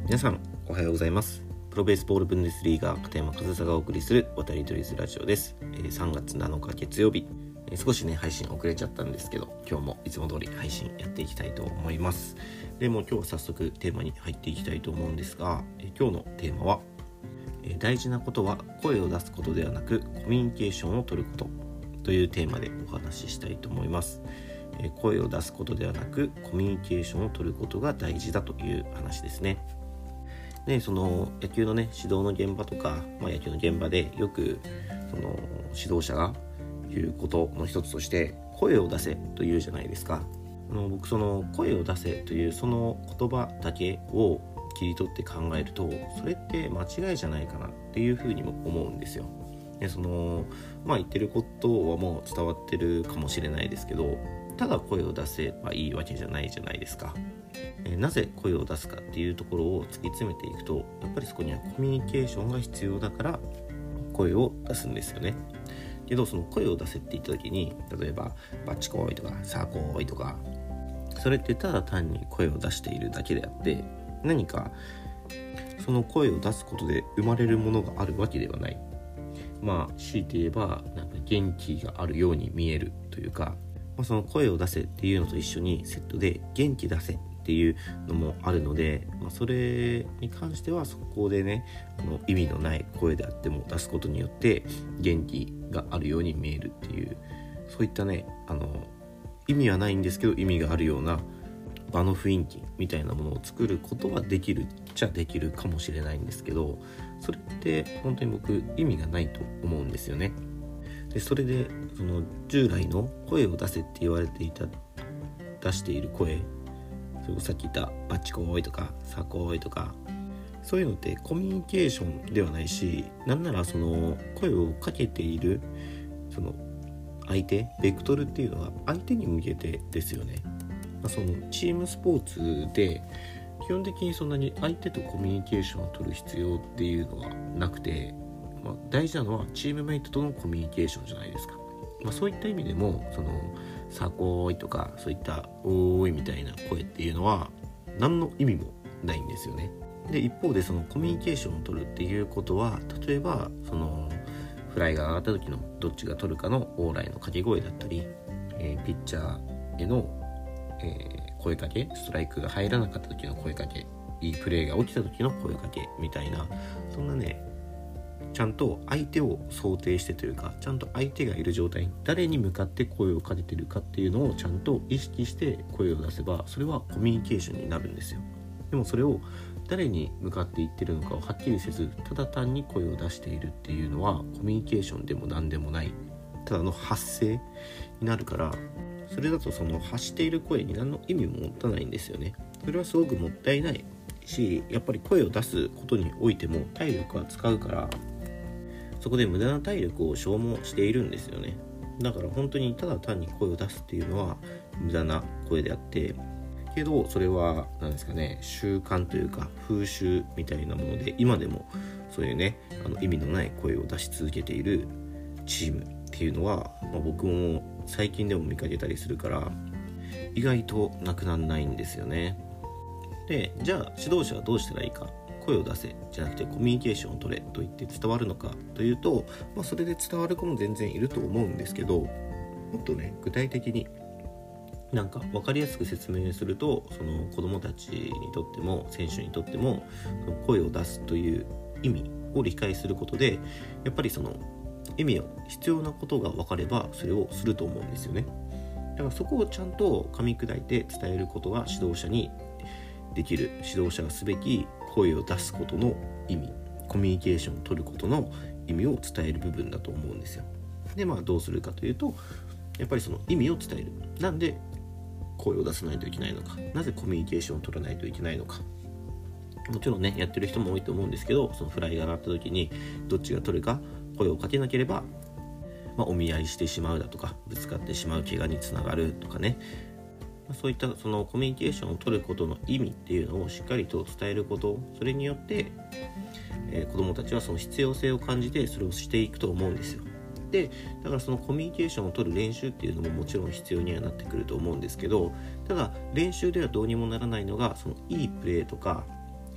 皆さんおはようございます。プロベースボールブンデスリーガー片山和沙がお送りする渡り鳥ズラジオです。3月7日月曜日、少しね配信遅れちゃったんですけど、今日もいつも通り配信やっていきたいと思います。でも今日は早速テーマに入っていきたいと思うんですが、今日のテーマは、大事なことは声を出すことではなくコミュニケーションを取ることというテーマでお話ししたいと思います。声を出すことではなくコミュニケーションを取ることが大事だという話ですね。で、その野球のね指導の現場とか、野球の現場でよくその指導者が言うことの一つとして声を出せというじゃないですか。僕その声を出せというその言葉だけを切り取って考えると、それって間違いじゃないかなっていうふうにも思うんですよ。でその言ってることはもう伝わってるかもしれないですけど、ただ声を出せばいいわけじゃないじゃないですか。なぜ声を出すかっていうところを突き詰めていくと、やっぱりそこにはコミュニケーションが必要だから声を出すんですよね。けどその声を出せって言った時に、例えばバッチコーイとかサーコーイとか、それってただ単に声を出しているだけであって、何かその声を出すことで生まれるものがあるわけではない。強いて言えばなんか元気があるように見えるというか、その声を出せっていうのと一緒にセットで元気出せっていうのもあるので、それに関してはそこでね意味のない声であっても出すことによって元気があるように見えるっていう、そういったね意味はないんですけど意味があるような場の雰囲気みたいなものを作ることはできるっちゃできるかもしれないんですけど、それって本当に僕意味がないと思うんですよね。でそれでその従来の声を出せって言われていた出している声、それさっき言ったバッチコーイとかサコーイとか、そういうのってコミュニケーションではないし、なんならその声をかけているその相手ベクトルっていうのは相手に向けてですよね。そのチームスポーツで基本的にそんなに相手とコミュニケーションを取る必要っていうのはなくて、大事なのはチームメイトとのコミュニケーションじゃないですか。そういった意味でもそのサコーイとかそういったおーいみたいな声っていうのは何の意味もないんですよね。で一方でそのコミュニケーションを取るっていうことは、例えばそのフライが上がった時のどっちが取るかのオーライの掛け声だったり、ピッチャーへの声かけ、ストライクが入らなかった時の声かけ、いいプレーが起きた時の声かけみたいな、そんなねちゃんと相手を想定してというか、ちゃんと相手がいる状態に誰に向かって声をかけてるかっていうのをちゃんと意識して声を出せば、それはコミュニケーションになるんですよ。でもそれを誰に向かって言ってるのかをはっきりせず、ただ単に声を出しているっていうのはコミュニケーションでも何でもない、ただの発声になるから、それだとその発している声に何の意味も持たないんですよね。それはすごくもったいないし、やっぱり声を出すことにおいても体力は使うから、そこで無駄な体力を消耗しているんですよね。だから本当にただ単に声を出すっていうのは無駄な声であって、けどそれは何ですかね、習慣というか風習みたいなもので、今でもそういうね意味のない声を出し続けているチームっていうのは、僕も最近でも見かけたりするから意外となくならないんですよね。でじゃあ指導者はどうしたらいいか、声を出せじゃなくてコミュニケーションを取れと言って伝わるのかというと、それで伝わる子も全然いると思うんですけど、もっとね具体的になんか分かりやすく説明すると、その子どもたちにとっても選手にとってもその声を出すという意味を理解することで、やっぱりその意味を必要なことが分かればそれをすると思うんですよね。だからそこをちゃんと噛み砕いて伝えることが指導者にできる、指導者がすべき声を出すことの意味、コミュニケーションを取ることの意味を伝える部分だと思うんですよ。でどうするかというと、やっぱりその意味を伝える。なんで声を出さないといけないのか、なぜコミュニケーションを取らないといけないのか。もちろんねやってる人も多いと思うんですけど、そのフライが上がった時にどっちが取るか声をかけなければ、お見合いしてしまうだとか、ぶつかってしまう怪我につながるとかね、そういったそのコミュニケーションを取ることの意味っていうのをしっかりと伝えること、それによって、子どもたちはその必要性を感じてそれをしていくと思うんですよ。でだからそのコミュニケーションを取る練習っていうのももちろん必要にはなってくると思うんですけど、ただ練習ではどうにもならないのが、そのいいプレーとか、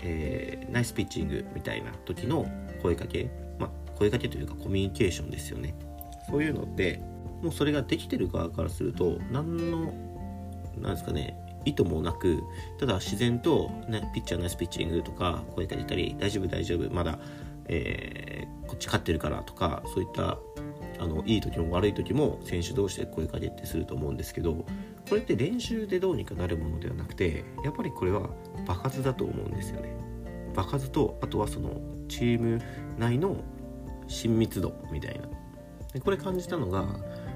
ナイスピッチングみたいな時の声かけ、声かけというかコミュニケーションですよね。そういうのってもうそれができてる側からするとなんですかね、意図もなく、ただ自然と、ピッチャーナイスピッチングとか声かけたり、大丈夫まだ、こっち勝ってるからとか、そういったいい時も悪い時も選手同士で声かけってすると思うんですけど、これって練習でどうにかなるものではなくて、やっぱりこれは場数だと思うんですよね。場数と、あとはそのチーム内の親密度みたいな。でこれ感じたのが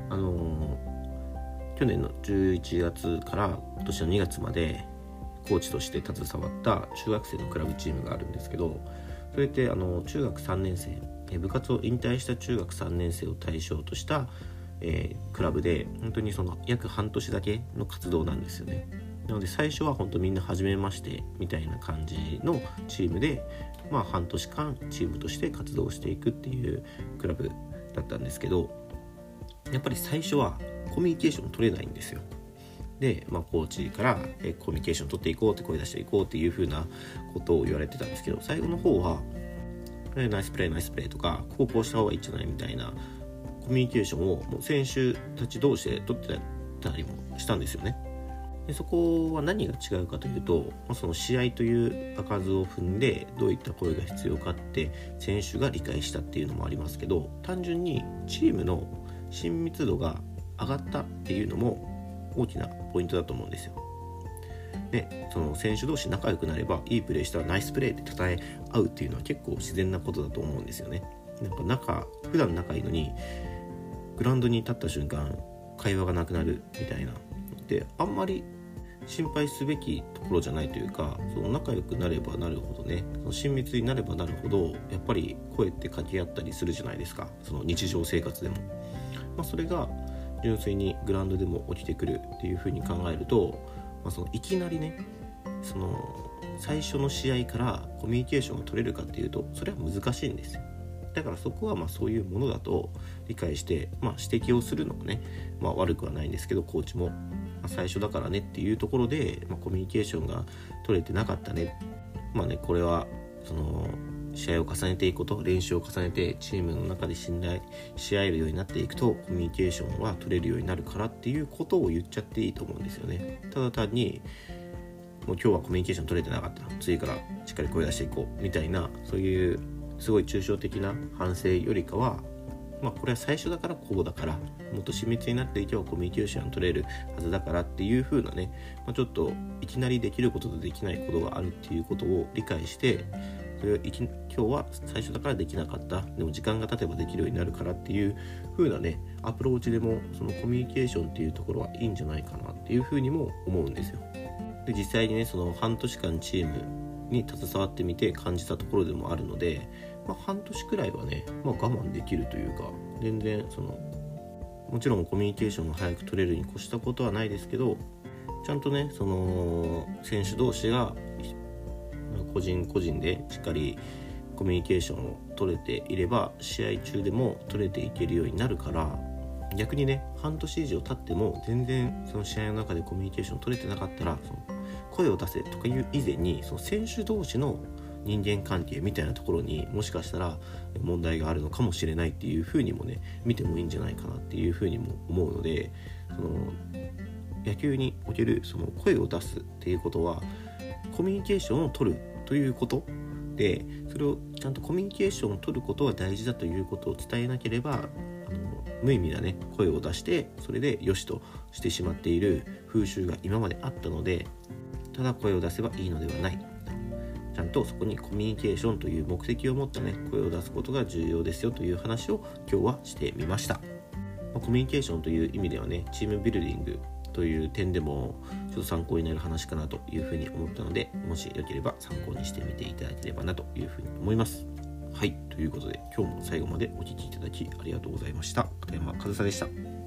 去年の11月から今年の2月までコーチとして携わった中学生のクラブチームがあるんですけど、それって中学3年生、部活を引退した中学3年生を対象とした、クラブで、本当にその約半年だけの活動なんですよね。なので最初は本当みんな初めましてみたいな感じのチームで、半年間チームとして活動していくっていうクラブだったんですけど、やっぱり最初はコミュニケーション取れないんですよ。で、コーチからコミュニケーション取っていこうって、声出していこうっていう風なことを言われてたんですけど、最後の方はナイスプレーとか、こうした方がいいんじゃないみたいなコミュニケーションをもう選手たち同士で取ってたりもしたんですよね。でそこは何が違うかというと、その試合という場数を踏んでどういった声が必要かって選手が理解したっていうのもありますけど、単純にチームの親密度が上がったっていうのも大きなポイントだと思うんですよ。で、その選手同士仲良くなれば、いいプレーしたらナイスプレーって称え合うっていうのは結構自然なことだと思うんですよね。普段仲いいのにグラウンドに立った瞬間会話がなくなるみたいなで、あんまり心配すべきところじゃないというか、その仲良くなればなるほどね、その親密になればなるほど、やっぱり声って掛け合ったりするじゃないですか、その日常生活でも。それが純粋にグラウンドでも起きてくるっていう風に考えると、そのいきなりね、その最初の試合からコミュニケーションが取れるかっていうと、それは難しいんですよ。だからそこはそういうものだと理解して、指摘をするのもね、悪くはないんですけど、コーチも、最初だからねっていうところで、コミュニケーションが取れてなかったね、これはその試合を重ねていくこと、練習を重ねてチームの中で信頼し合えるようになっていくと、コミュニケーションは取れるようになるからっていうことを言っちゃっていいと思うんですよね。ただ単にもう今日はコミュニケーション取れてなかった、次からしっかり声出していこうみたいな、そういうすごい抽象的な反省よりかは、これは最初だからこうだから、もっと親密になっていけばコミュニケーション取れるはずだからっていう風なね、ちょっといきなりできることとできないことがあるっていうことを理解して、それを今日は最初だからできなかった、でも時間が経てばできるようになるからっていう風なね、アプローチでもそのコミュニケーションっていうところはいいんじゃないかなっていう風にも思うんですよ。で、実際にね、その半年間チームに携わってみて感じたところでもあるので、半年くらいはね、我慢できるというか、全然もちろんコミュニケーションが早く取れるに越したことはないですけど、ちゃんとね、その選手同士が個人個人でしっかりコミュニケーションを取れていれば、試合中でも取れていけるようになるから、逆にね、半年以上経っても全然その試合の中でコミュニケーション取れてなかったら、その声を出せとかいう以前に、その選手同士の人間関係みたいなところにもしかしたら問題があるのかもしれないっていう風にもね、見てもいいんじゃないかなっていう風にも思うので、その野球におけるその声を出すっていうことはコミュニケーションを取るということで、それをちゃんとコミュニケーションを取ることは大事だということを伝えなければ、無意味なね、声を出してそれで良しとしてしまっている風習が今まであったので、ただ声を出せばいいのではない、ちゃんとそこにコミュニケーションという目的を持ったね、声を出すことが重要ですよという話を今日はしてみました。コミュニケーションという意味ではね、チームビルディングという点でもちょっと参考になる話かなというふうに思ったので、もしよければ参考にしてみていただければなというふうに思います。はい、ということで今日も最後までお聞きいただきありがとうございました。片山和沙でした。